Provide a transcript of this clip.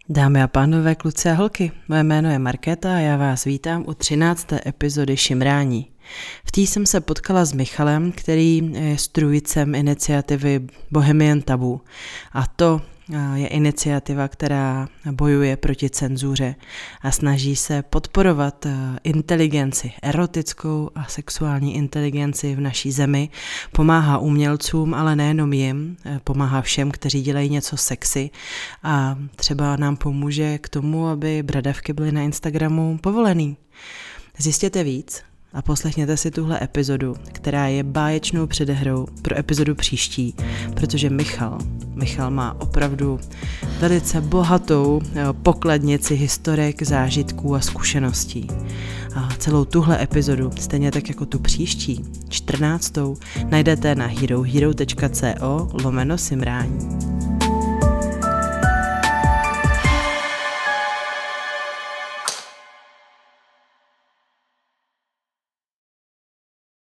Dámy a pánové, kluci a holky, moje jméno je Markéta a já vás vítám u 13. epizody Šimrání. V té jsem se potkala s Michalem, který je strůjcem iniciativy Bohemian Tabu. A to je iniciativa, která bojuje proti cenzuře a snaží se podporovat inteligenci, erotickou a sexuální inteligenci v naší zemi. Pomáhá umělcům, ale nejenom jim, pomáhá všem, kteří dělají něco sexy a třeba nám pomůže k tomu, aby bradavky byly na Instagramu povolený. Zjistěte víc a poslechněte si tuhle epizodu, která je báječnou předehrou pro epizodu příští, protože Michal má opravdu velice bohatou pokladnici historek, zážitků a zkušeností. A celou tuhle epizodu, stejně tak jako tu příští, 14. najdete na herohero.co/simrání.